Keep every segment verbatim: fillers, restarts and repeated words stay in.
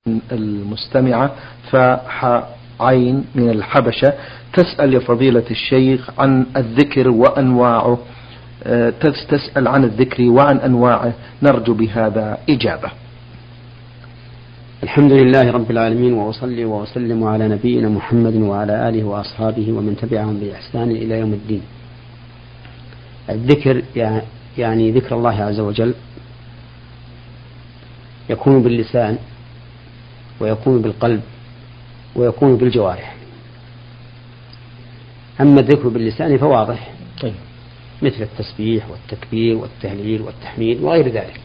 المستمعة فح عين من الحبشة تسأل يا فضيلة الشيخ عن الذكر وأنواعه، تسأل عن الذكر وعن أنواعه، نرجو بهذا إجابة. الحمد لله رب العالمين، وأصلي وأسلم على نبينا محمد وعلى آله وأصحابه ومن تبعهم بإحسان إلى يوم الدين. الذكر يعني ذكر الله عز وجل يكون باللسان ويكون بالقلب ويكون بالجوارح. أما الذكر باللسان فواضح، طيب، مثل التسبيح والتكبير والتهليل والتحميد وغير ذلك.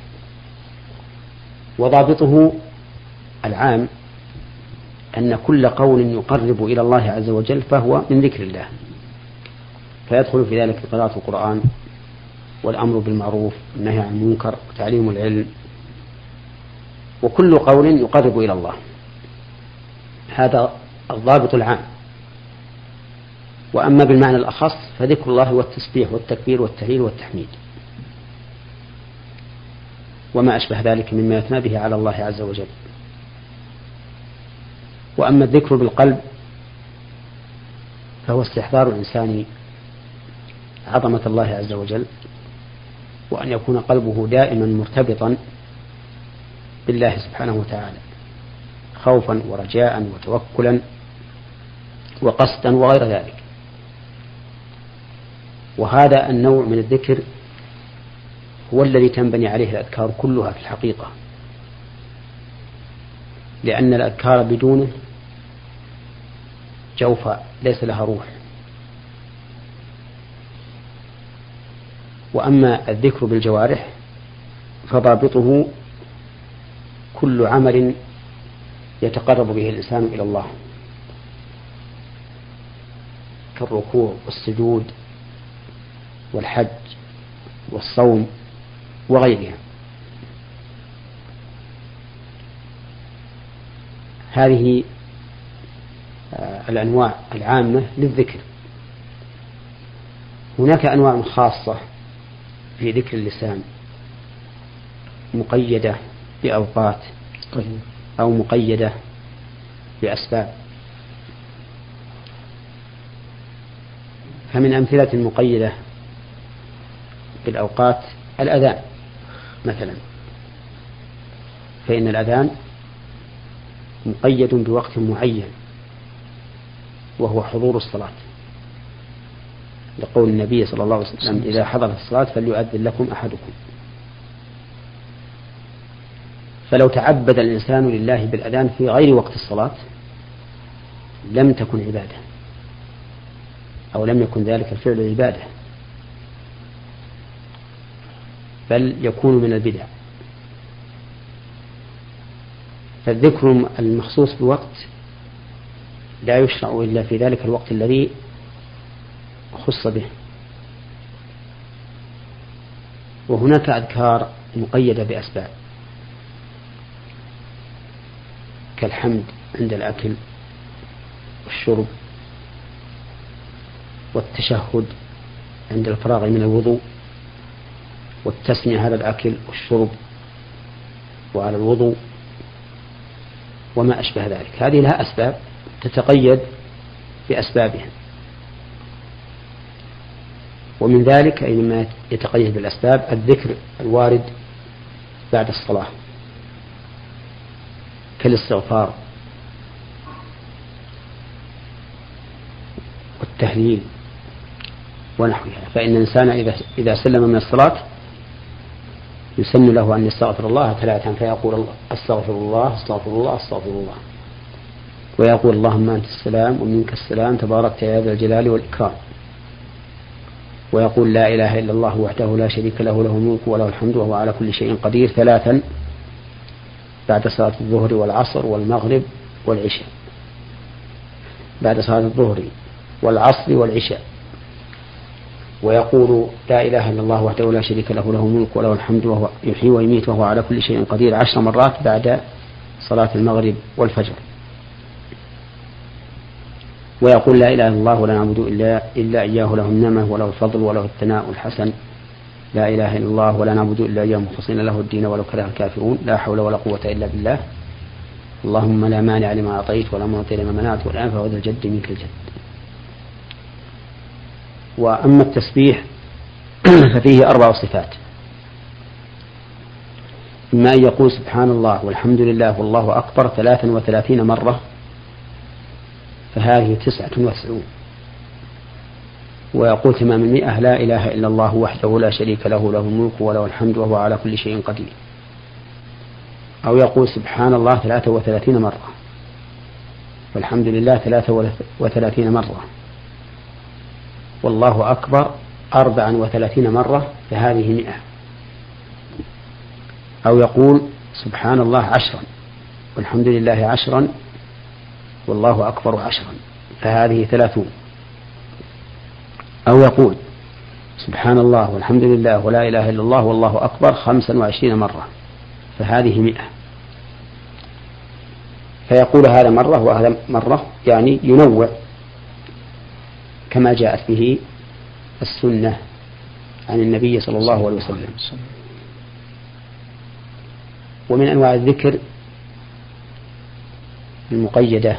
وضابطه العام أن كل قول يقرب إلى الله عز وجل فهو من ذكر الله، فيدخل في ذلك قراءة القرآن والأمر بالمعروف والنهي عن المنكر وتعليم العلم، وكل قول يقرب إلى الله. هذا الضابط العام. وأما بالمعنى الأخص فذكر الله هو التسبيح والتكبير والتهليل والتحميد وما أشبه ذلك مما يثنى به على الله عز وجل. وأما الذكر بالقلب فهو استحضار الإنسان عظمة الله عز وجل، وأن يكون قلبه دائما مرتبطا بالله سبحانه وتعالى، خوفا ورجاء وتوكلا وقصدا وغير ذلك. وهذا النوع من الذكر هو الذي تنبني عليه الأذكار كلها في الحقيقة، لأن الأذكار بدونه جوفاء ليس لها روح. وأما الذكر بالجوارح فضابطه كل عمل يتقرب به الإنسان إلى الله كالركوع والسجود والحج والصوم وغيرها. هذه الأنواع العامة للذكر. هناك أنواع خاصة في ذكر اللسان مقيدة بأوقات أو مقيدة بأسباب. فمن أمثلة المقيدة بالأوقات الأذان مثلا، فإن الأذان مقيد بوقت معين وهو حضور الصلاة، لقول النبي صلى الله عليه وسلم: إذا حضرت الصلاة فليؤذن لكم أحدكم. فلو تعبد الإنسان لله بالأذان في غير وقت الصلاة لم تكن عبادة، أو لم يكن ذلك الفعل عبادة، بل يكون من البدع. فالذكر المخصوص بوقت لا يشرع إلا في ذلك الوقت الذي خص به. وهناك أذكار مقيدة بأسباب كالحمد عند الأكل والشرب، والتشهد عند الفراغ من الوضوء، والتسمية على الأكل والشرب وعلى الوضوء وما أشبه ذلك. هذه لها أسباب تتقيد بأسبابها. ومن ذلك أي مما يتقيد بالأسباب الذكر الوارد بعد الصلاة كالاستغفار والتهليل ونحوها. فإن الإنسان إذا إذا سلم من الصلاة يسن له أن يستغفر الله ثلاثا، فيقول: أستغفر الله أستغفر الله أستغفر الله، ويقول: اللهم أنت السلام ومنك السلام تباركت يا ذا الجلال والإكرام، ويقول: لا إله إلا الله وحده لا شريك له له الملك وله الحمد وهو على كل شيء قدير ثلاثا بعد صلاة الظهر والعصر والمغرب والعشاء، بعد صلاة الظهر والعصر والعشاء. ويقول: لا إله إلا الله وحده لا شريك له له الملك وله الحمد وهو يحيي ويميت وهو على كل شيء قدير عشر مرات بعد صلاة المغرب والفجر. ويقول: لا إله إلا الله ولا نعبد إلا, إلا إياه له النعمة وله الفضل وله الثناء الحسن، لا إله إلا الله ولا نعبد إلا إياه مخلصين له الدين ولو كره الكافرون، لا حول ولا قوة إلا بالله. اللهم لا مانع لما أعطيت ولا معطي لما منعت ولا ينفع ذا الجد منك الجد. وأما التسبيح ففيه أربع صفات: إما أن يقول سبحان الله والحمد لله والله أكبر ثلاثا وثلاثين مرة فهذه تسعة وتسعون، ويقول تمام المئة لا إله إلا الله وحده لا شريك له له الملك وله الحمد وهو على كل شيء قدير. أو يقول سبحان الله ثلاثة وثلاثين مرة والحمد لله ثلاثة وثلاثين مرة والله أكبر أربعا وثلاثين مرة فهذه مئة. أو يقول سبحان الله عشرا والحمد لله عشرا والله أكبر عشرا فهذه ثلاثون. أو يقول سبحان الله والحمد لله ولا إله إلا الله والله أكبر خمسا وعشرين مرة فهذه مئة. فيقول هذا مرة وهذا مرة، يعني ينوع كما جاءت به السنة عن النبي صلى الله عليه وسلم. ومن أنواع الذكر المقيدة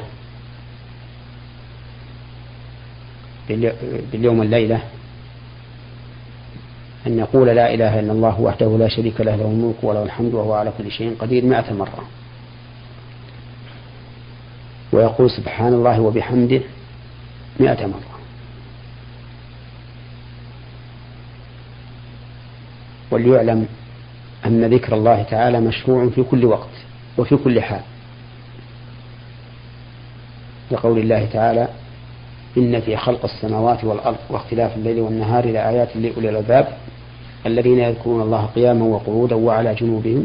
باليوم والليلة أن يقول لا إله إلا الله وحده لا شريك له له الملك وله الحمد وهو على كل شيء قدير مئة مرة، ويقول سبحان الله وبحمده مئة مرة. وليعلم أن ذكر الله تعالى مشروع في كل وقت وفي كل حال، لقول الله تعالى إن في خلق السماوات والأرض واختلاف الليل والنهار لآيات لأولي الألباب الذين يذكرون الله قياما وقعودا وعلى جنوبهم.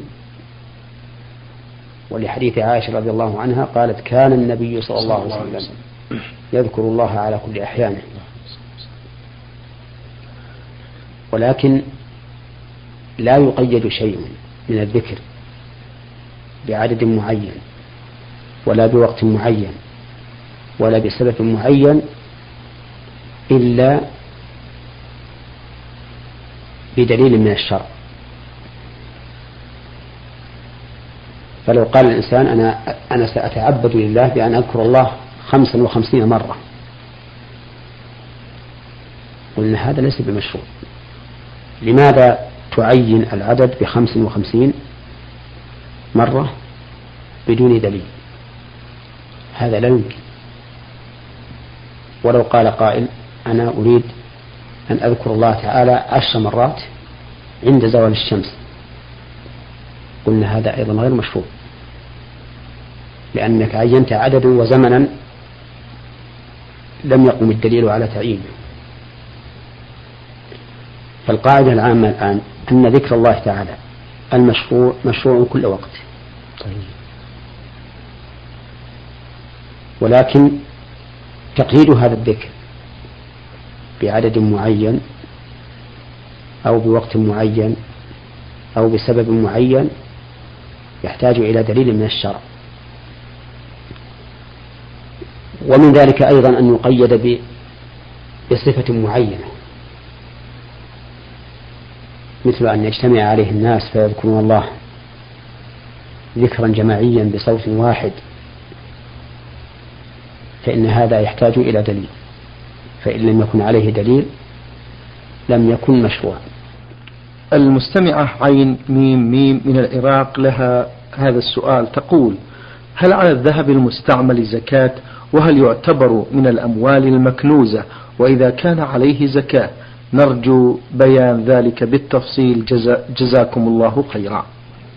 ولحديث عائشة رضي الله عنها قالت كان النبي صلى الله عليه وسلم يذكر الله على كل أحيانه. ولكن لا يقيد شيء من الذكر بعدد معين ولا بوقت معين ولا بسبب معين إلا بدليل من الشرع. فلو قال الإنسان أنا أنا سأتعبد لله بأن أذكر الله خمسا وخمسين مرة، قلنا هذا ليس بمشروع. لماذا تعين العدد بخمس وخمسين مرة بدون دليل؟ هذا لا يمكن. ولو قال قائل أنا أريد أن أذكر الله تعالى عشر مرات عند زوال الشمس، قلنا هذا أيضا غير مشروع، لأنك عينت عددا وزمنا لم يقم الدليل على تعيينه. فالقاعدة العامة الآن أن ذكر الله تعالى المشروع مشروع كل وقت، ولكن تقييد هذا الذكر بعدد معين أو بوقت معين أو بسبب معين يحتاج إلى دليل من الشرع. ومن ذلك أيضا أن يقيد بصفة معينة، مثل أن يجتمع عليه الناس فيذكرون الله ذكرا جماعيا بصوت واحد، فإن هذا يحتاج إلى دليل، فإن لم يكن عليه دليل لم يكن مشروعا. المستمعة عين ميم ميم من العراق لها هذا السؤال، تقول: هل على الذهب المستعمل زكاة؟ وهل يعتبر من الأموال المكنوزة؟ وإذا كان عليه زكاة نرجو بيان ذلك بالتفصيل جزا جزاكم الله خيرا.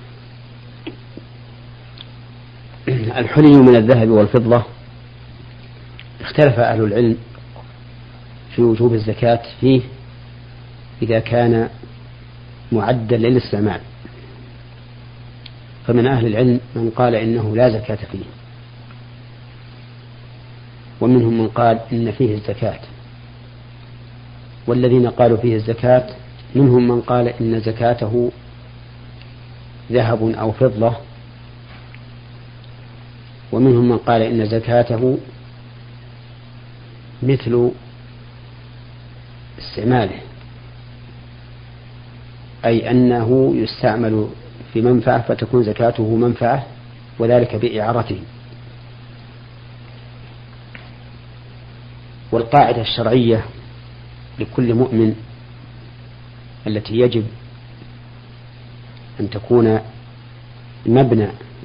الحلي من الذهب والفضة اختلف أهل العلم في وجوب الزكاة فيه إذا كان معدا للاستعمال، فمن أهل العلم من قال إنه لا زكاة فيه، ومنهم من قال إن فيه الزكاة، والذين قالوا فيه الزكاة منهم من قال إن زكاته ذهب أو فضة، ومنهم من قال إن زكاته مثل استعماله، أي أنه يستعمل في منفعة فتكون زكاته منفعة وذلك بإعارته. والقاعدة الشرعية لكل مؤمن التي يجب أن تكون مبنى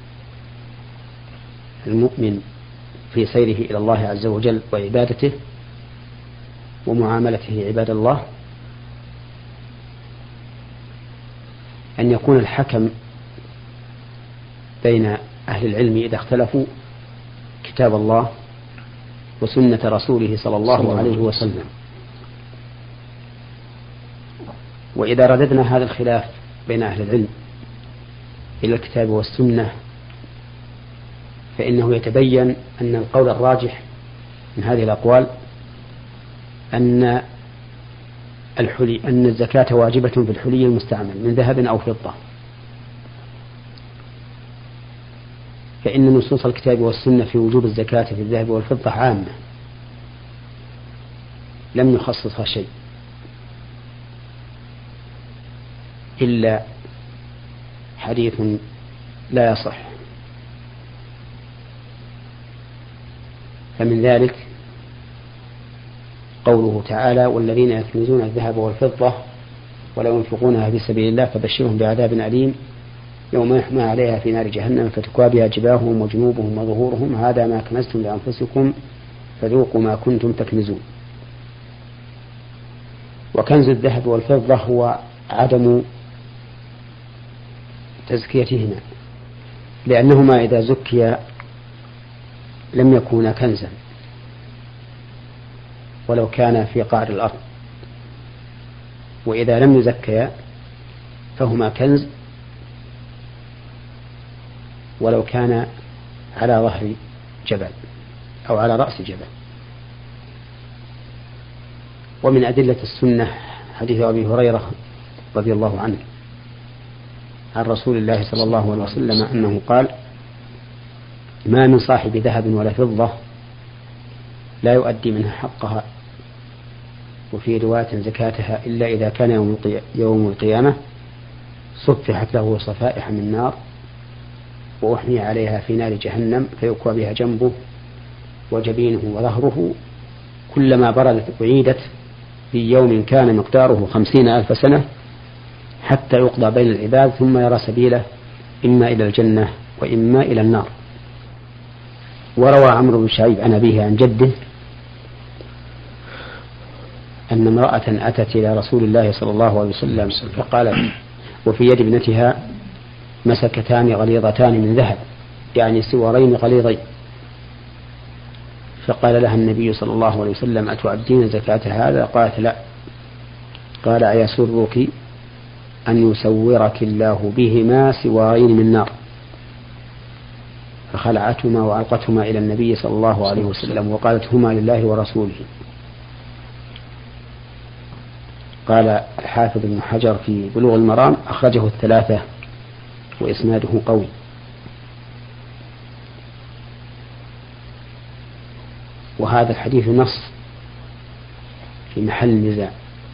المؤمن في سيره إلى الله عز وجل وعبادته ومعاملته عباد الله أن يكون الحكم بين أهل العلم إذا اختلفوا كتاب الله وسنة رسوله صلى الله عليه وسلم. وإذا رددنا هذا الخلاف بين أهل العلم إلى الكتاب والسنة فإنه يتبين أن القول الراجح من هذه الأقوال أن الحلي أن الزكاة واجبة في الحلي المستعمل من ذهب أو فضة، فإن نصوص الكتاب والسنة في وجوب الزكاة في الذهب والفضة عامة لم يخصصها شيء إلا حديث لا يصح. فمن ذلك قوله تعالى: والذين يكنزون الذهب والفضة ولا ينفقونها في سبيل الله فبشرهم بعذاب أليم يوم يحمى عليها في نار جهنم فتكوى بها جباههم وجنوبهم وظهورهم هذا ما كنزتم لأنفسكم فذوقوا ما كنتم تكنزون. وكنز الذهب والفضة هو عدم تزكيتهما، لأنهما إذا زكيا لم يكونا كنزا ولو كان في قعر الأرض، وإذا لم يزكيا فهما كنز ولو كان على ظهر جبل أو على رأس جبل. ومن أدلة السنة حديث أبي هريرة رضي الله عنه عن رسول الله صلى الله عليه وسلم أنه قال: ما من صاحب ذهب ولا فضة لا يؤدي منها حقها وفي رواية زكاتها إلا إذا كان يوم القيامة صفحت له صفائح من نار وأحمي عليها في نار جهنم فيكوى بها جنبه وجبينه وظهره كلما بردت أعيدت في يوم كان مقداره خمسين ألف سنة حتى يقضى بين العباد ثم يرى سبيله إما إلى الجنة وإما إلى النار. وروى عمرو بن شعيب عن أبيه عن جده أن امرأة أتت إلى رسول الله صلى الله عليه وسلم فقالت وفي يد ابنتها مسكتان غليظتان من ذهب يعني سوارين غليظين، فقال لها النبي صلى الله عليه وسلم: أتعدين زكاة هذا؟ قالت: لا. قال: أيسرك أن يسورك الله بهما سوارين من نار؟ فخلعتهما وألقتهما إلى النبي صلى الله عليه وسلم وقالت: هما لله ورسوله. قال الحافظ ابن حجر في بلوغ المرام: أخرجه الثلاثة وإسناده قوي. وهذا الحديث نص في محل النزاع.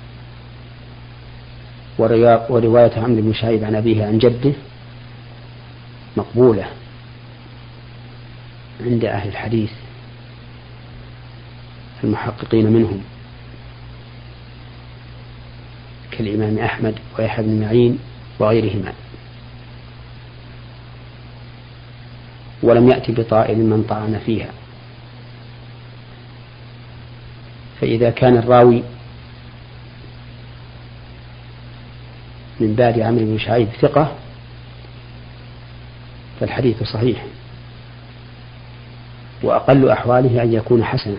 ورواية عمرو بن شعيب عن أبيه عن جده مقبولة عند أهل الحديث المحققين منهم كالإمام أحمد ويحيى بن معين وغيرهما، ولم يأتي بطائل من طعن فيها. فإذا كان الراوي من بعد عمرو بن شعيب ثقة فالحديث صحيح، وأقل أحواله أن يكون حسنا.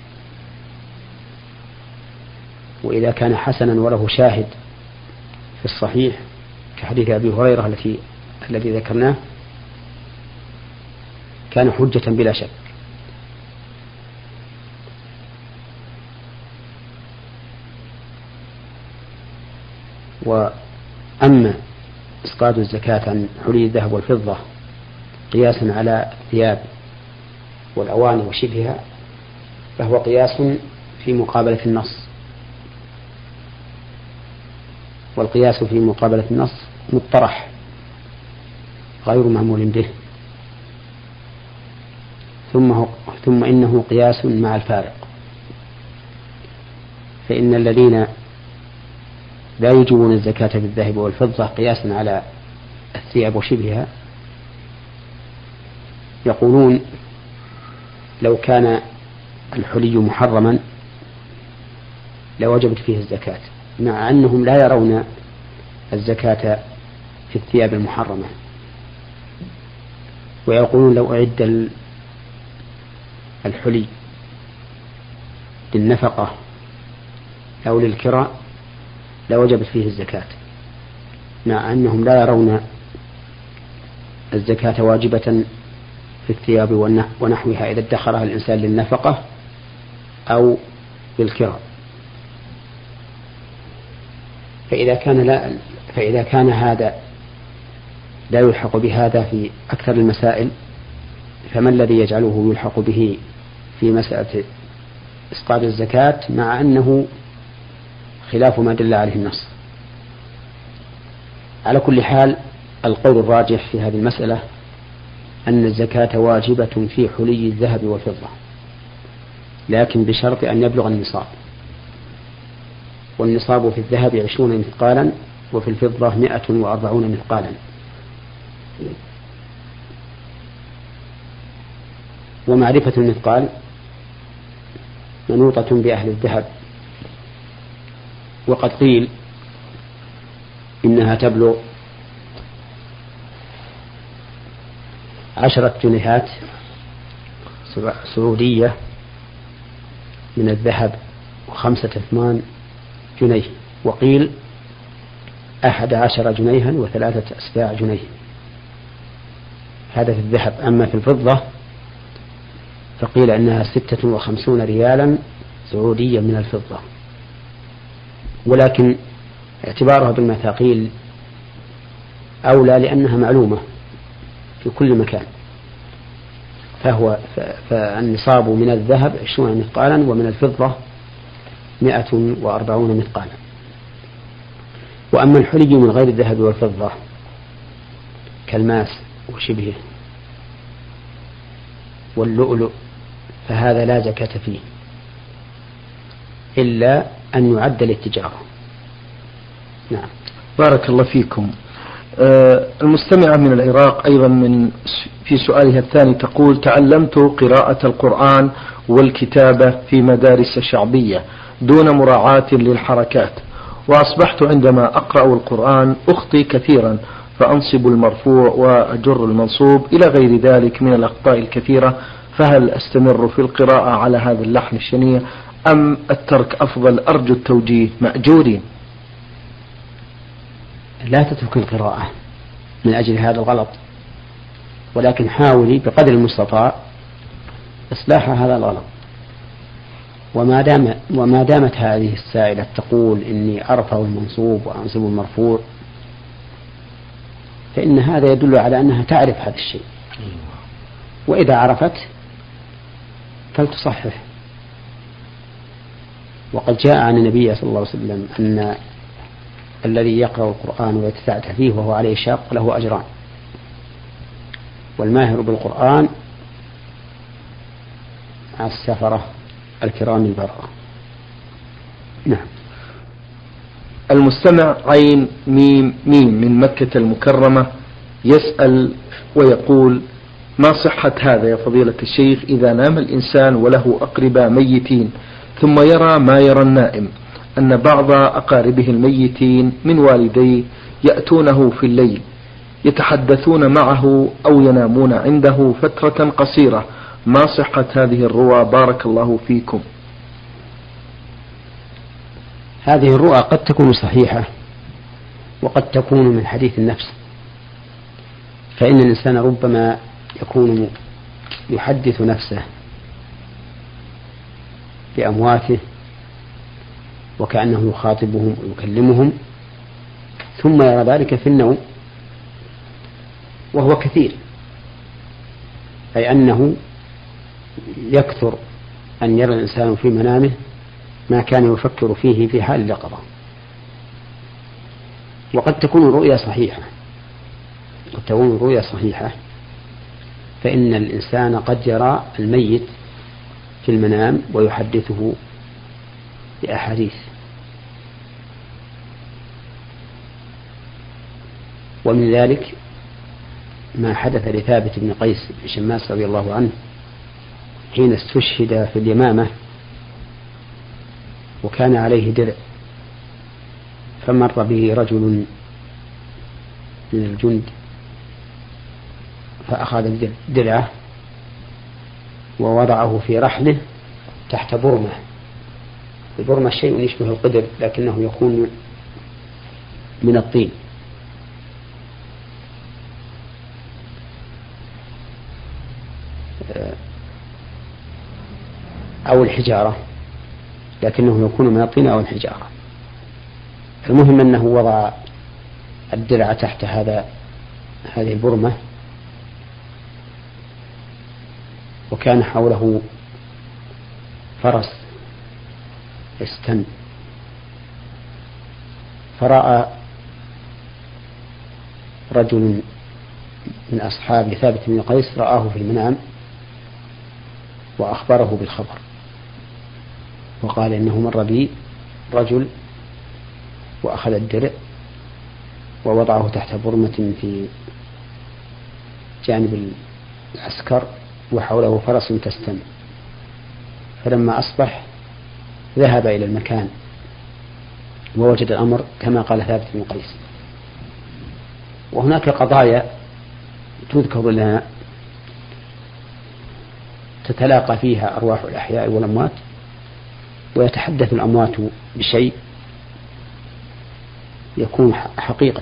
وإذا كان حسنا وله شاهد في الصحيح كحديث أبي هريرة التي الذي ذكرناه كان حجة بلا شك. وأما إسقاط الزكاة عن حلي الذهب والفضة قياسا على الثياب والأواني وشبهها فهو قياس في مقابلة النص، والقياس في مقابلة النص مطرح غير معمول به، ثم, هو ثم إنه قياس مع الفارق، فإن الذين لا يجبون الزكاة في الذهب والفضة قياسا على الثياب وشبهها يقولون لو كان الحلي محرما لوجبت فيه الزكاة، مع أنهم لا يرون الزكاة في الثياب المحرمة، ويقولون لو أعد الحلي للنفقة أو للكراء لوجبت فيه الزكاة، مع أنهم لا يرون الزكاة واجبة في الثياب ونحوها إذا ادخرها الإنسان للنفقة أو للكراء. فإذا كان لا فإذا كان هذا لا يلحق بهذا في أكثر المسائل، فما الذي يجعله يلحق به في مسألة إسقاط الزكاة مع أنه خلاف ما دل عليه النص؟ على كل حال القول الراجح في هذه المسألة أن الزكاة واجبة في حلي الذهب والفضة، لكن بشرط أن يبلغ النصاب، والنصاب في الذهب عشرون مثقالا وفي الفضة مئة وأربعون مثقالا. ومعرفة المثقال منوطة بأهل الذهب، وقد قيل إنها تبلغ عشرة جنيهات سعودية من الذهب وخمسة ثمان جنيه، وقيل أحد عشر جنيها وثلاثة أسباع جنيه، هذا في الذهب. أما في الفضة فقيل أنها ستة وخمسون ريالا سعوديا من الفضة، ولكن اعتبارها بالمثاقيل أولى لأنها معلومة في كل مكان، فهو فالنصاب من الذهب عشرون مثقالا ومن الفضة مئة وأربعون مثقالا. وأما الحلي من غير الذهب والفضة كالماس وشبهه واللؤلؤ فهذا لا زكاة فيه إلا أن يعد للتجارة. نعم. بارك الله فيكم. آه المستمعة من العراق أيضا من في سؤالها الثاني تقول: تعلمت قراءة القرآن والكتابة في مدارس شعبية دون مراعاة للحركات، وأصبحت عندما أقرأ القرآن أخطي كثيرا، فأنصب المرفوع وأجر المنصوب إلى غير ذلك من الأخطاء الكثيرة، فهل أستمر في القراءة على هذا اللحن الشنيع أم الترك أفضل؟ أرجو التوجيه مأجورين. لا تترك القراءة من أجل هذا الغلط، ولكن حاولي بقدر المستطاع إصلاح هذا الغلط. وما دام وما دامت هذه السائلة تقول إني أرفع المنصوب وأنصب المرفوع، فإن هذا يدل على أنها تعرف هذا الشيء، وإذا عرفت فلتصحح. وقد جاء عن النبي صلى الله عليه وسلم أن الذي يقرأ القرآن ويتتعتع فيه وهو عليه شاق له أجران، والماهر بالقرآن مع السفرة الكرام البررة. نعم. المستمع عين ميم ميم من مكة المكرمة يسأل ويقول: ما صحة هذا يا فضيلة الشيخ إذا نام الإنسان وله أقرباء ميتين ثم يرى ما يرى النائم، أن بعض أقاربه الميتين من والديه يأتونه في الليل يتحدثون معه أو ينامون عنده فترة قصيرة، ما صحة هذه الرؤى؟ بارك الله فيكم. هذه الرؤى قد تكون صحيحة وقد تكون من حديث النفس، فإن الإنسان ربما يكون يحدث نفسه بأمواته وكأنه يخاطبهم ويكلمهم، ثم يرى ذلك في النوم، وهو كثير، أي أنه يكثر أن يرى الإنسان في منامه ما كان يفكر فيه في حال اليقظة. وقد تكون الرؤيا صحيحة قد تكون الرؤيا صحيحة فإن الإنسان قد يرى الميت في المنام ويحدثه بأحاديث، ومن ذلك ما حدث لثابت بن قيس بن شماس رضي الله عنه حين استشهد في اليمامة وكان عليه درع، فمر به رجل من الجند فأخذ درعه ووضعه في رحله تحت برمة. البرمة شيء يشبه القدر لكنه يكون من الطين، أو الحجارة، لكنه يكون من الطين أو الحجارة. المهم أنه وضع الدرع تحت هذا هذه البرمة، وكان حوله فرس يستن، فرأى رجل من أصحاب ثابت بن قيس رآه في المنام وأخبره بالخبر، وقال إنه مر بي رجل وأخذ الدرع ووضعه تحت برمة في جانب العسكر وحوله فرس تستن. فلما أصبح ذهب إلى المكان ووجد الأمر كما قال ثابت بن قيس. وهناك قضايا تذكر لنا تتلاقى فيها أرواح الأحياء والأموات، ويتحدث الأموات بشيء يكون حقيقة.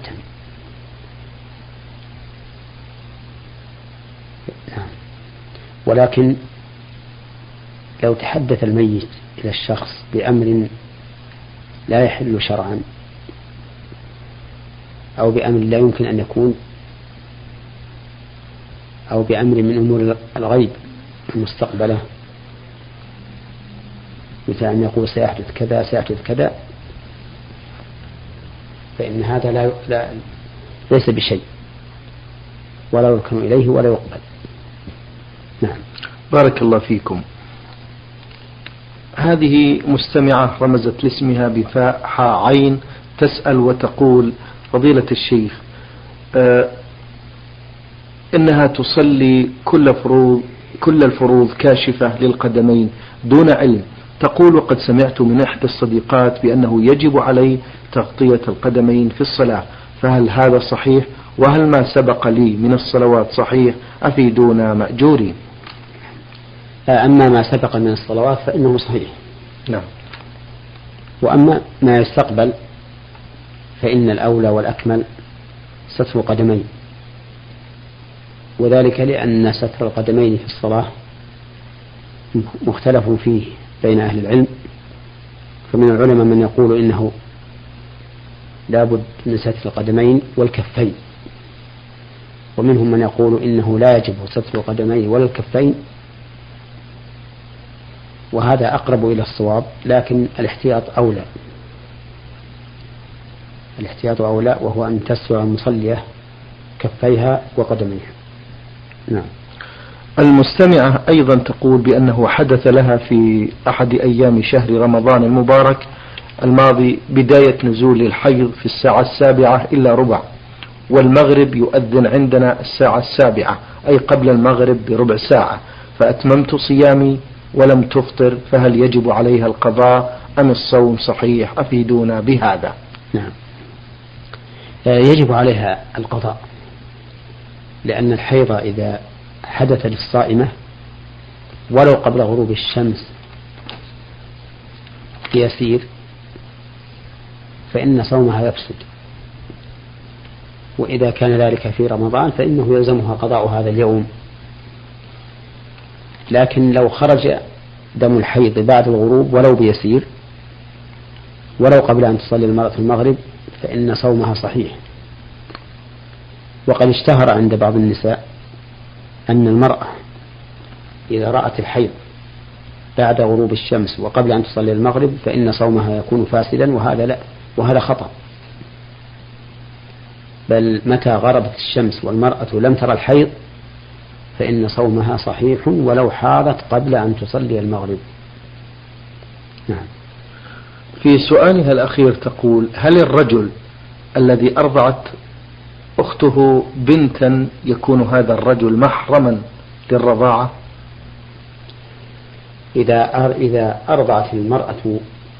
ولكن لو تحدث الميت إلى الشخص بأمر لا يحل شرعا أو بأمر لا يمكن أن يكون، أو بأمر من أمور الغيب المستقبلة، مثل أن يقول سيحدث كذا سيحدث كذا، فإن هذا لا, لا ليس بشيء ولا يركن إليه ولا يقبل. نعم. بارك الله فيكم. هذه مستمعة رمزت لاسمها بفاء حاء عين تسأل وتقول: فضيلة الشيخ، آه إنها تصلي كل فروض كل الفروض كاشفة للقدمين دون علم. تقول: قد سمعت من إحدى الصديقات بأنه يجب علي تغطية القدمين في الصلاة، فهل هذا صحيح؟ وهل ما سبق لي من الصلوات صحيح؟ أفيدونا مأجورين. أما ما سبق من الصلوات فإنه صحيح. نعم. وأما ما يستقبل فإن الأولى والأكمل ستر القدمين، وذلك لأن ستر القدمين في الصلاة مختلف فيه بين أهل العلم، فمن العلماء من يقول إنه لا بد من ستر القدمين والكفين، ومنهم من يقول إنه لا يجب ستر القدمين ولا الكفين، وهذا أقرب إلى الصواب، لكن الاحتياط أولى الاحتياط أولى وهو أن تستر المصلية كفيها وقدميها. نعم. المستمعة أيضا تقول بأنه حدث لها في أحد أيام شهر رمضان المبارك الماضي بداية نزول الحيض في الساعة السابعة إلا ربع، والمغرب يؤذن عندنا الساعة السابعة أي قبل المغرب بربع ساعة، فأتممت صيامي ولم تفطر، فهل يجب عليها القضاء أم الصوم صحيح؟ أفيدونا بهذا. نعم، يجب عليها القضاء، لأن الحيض إذا حدث للصائمة ولو قبل غروب الشمس يسير فإن صومها يفسد، وإذا كان ذلك في رمضان فإنه يلزمها قضاء هذا اليوم. لكن لو خرج دم الحيض بعد الغروب ولو بيسير ولو قبل أن تصلي المرأة المغرب فإن صومها صحيح. وقد اشتهر عند بعض النساء أن المرأة إذا رأت الحيض بعد غروب الشمس وقبل أن تصلي المغرب فإن صومها يكون فاسدا، وهذا لا، وهذا خطأ. بل متى غربت الشمس والمرأة لم ترى الحيض فإن صومها صحيح ولو حاضت قبل أن تصلي المغرب. نعم. في سؤالها الأخير تقول: هل الرجل الذي أرضعت أخته بنتا يكون هذا الرجل محرما للرضاعة؟ إذا إذا أرضعت المرأة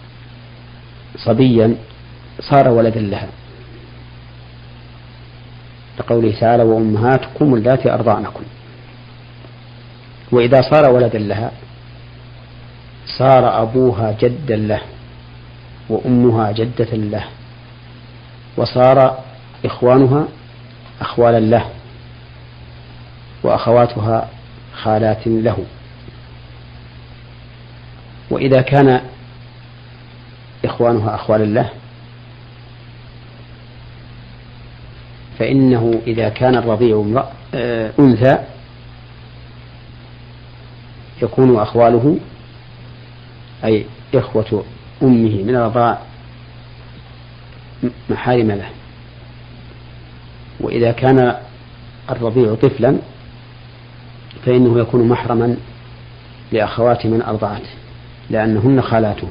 صبيا صار ولدا لها، لقوله تعالى: وأمهاتكم اللاتي أرضعنكم. وإذا صار ولدا لها صار أبوها جدا له وأمها جدة له، وصار إخوانها أخوالا له وأخواتها خالات له. وإذا كان إخوانها أخوالا له فإنه إذا كان الرضيع أنثى يكون أخواله أي إخوة أمه من الرضاع محارم له. وإذا كان الرضيع طفلا فإنه يكون محرما لأخوات من أرضعته لأنهن خالاته.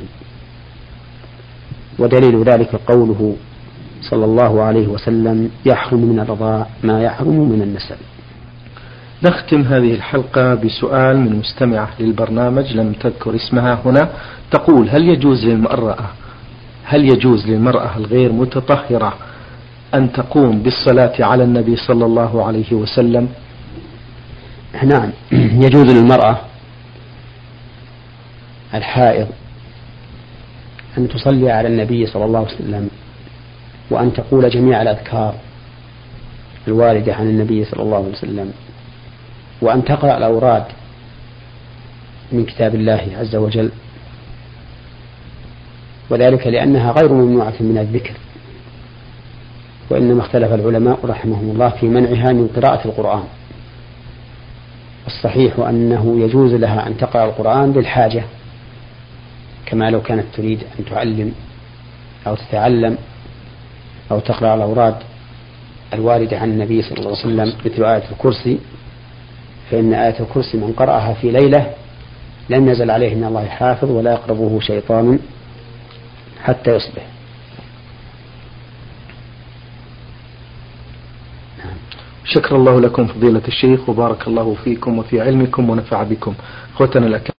ودليل ذلك قوله صلى الله عليه وسلم: يحرم من الرضاع ما يحرم من النسب. نختم هذه الحلقة بسؤال من مستمعة للبرنامج لم تذكر اسمها هنا، تقول: هل يجوز للمرأة هل يجوز للمرأة الغير متطهرة أن تقوم بالصلاة على النبي صلى الله عليه وسلم؟ نعم، يجوز للمرأة الحائض أن تصلي على النبي صلى الله عليه وسلم وأن تقول جميع الأذكار الواردة عن النبي صلى الله عليه وسلم وأن تقرأ الأوراد من كتاب الله عز وجل، وذلك لأنها غير ممنوعة من الذكر، وإنما اختلف العلماء رحمهم الله في منعها من قراءة القرآن. الصحيح أنه يجوز لها أن تقرأ القرآن للحاجة، كما لو كانت تريد أن تعلم أو تتعلم أو تقرأ الأوراد الواردة عن النبي صلى الله عليه وسلم مثل آية الكرسي، فإن آية الكرسي من قرأها في ليلة لم يزل عليه من الله حافظ ولا يقربه شيطان حتى يصبح. شكر الله لكم فضيلة الشيخ وبارك الله فيكم وفي علمكم ونفع بكم. أخوتنا الأكرام.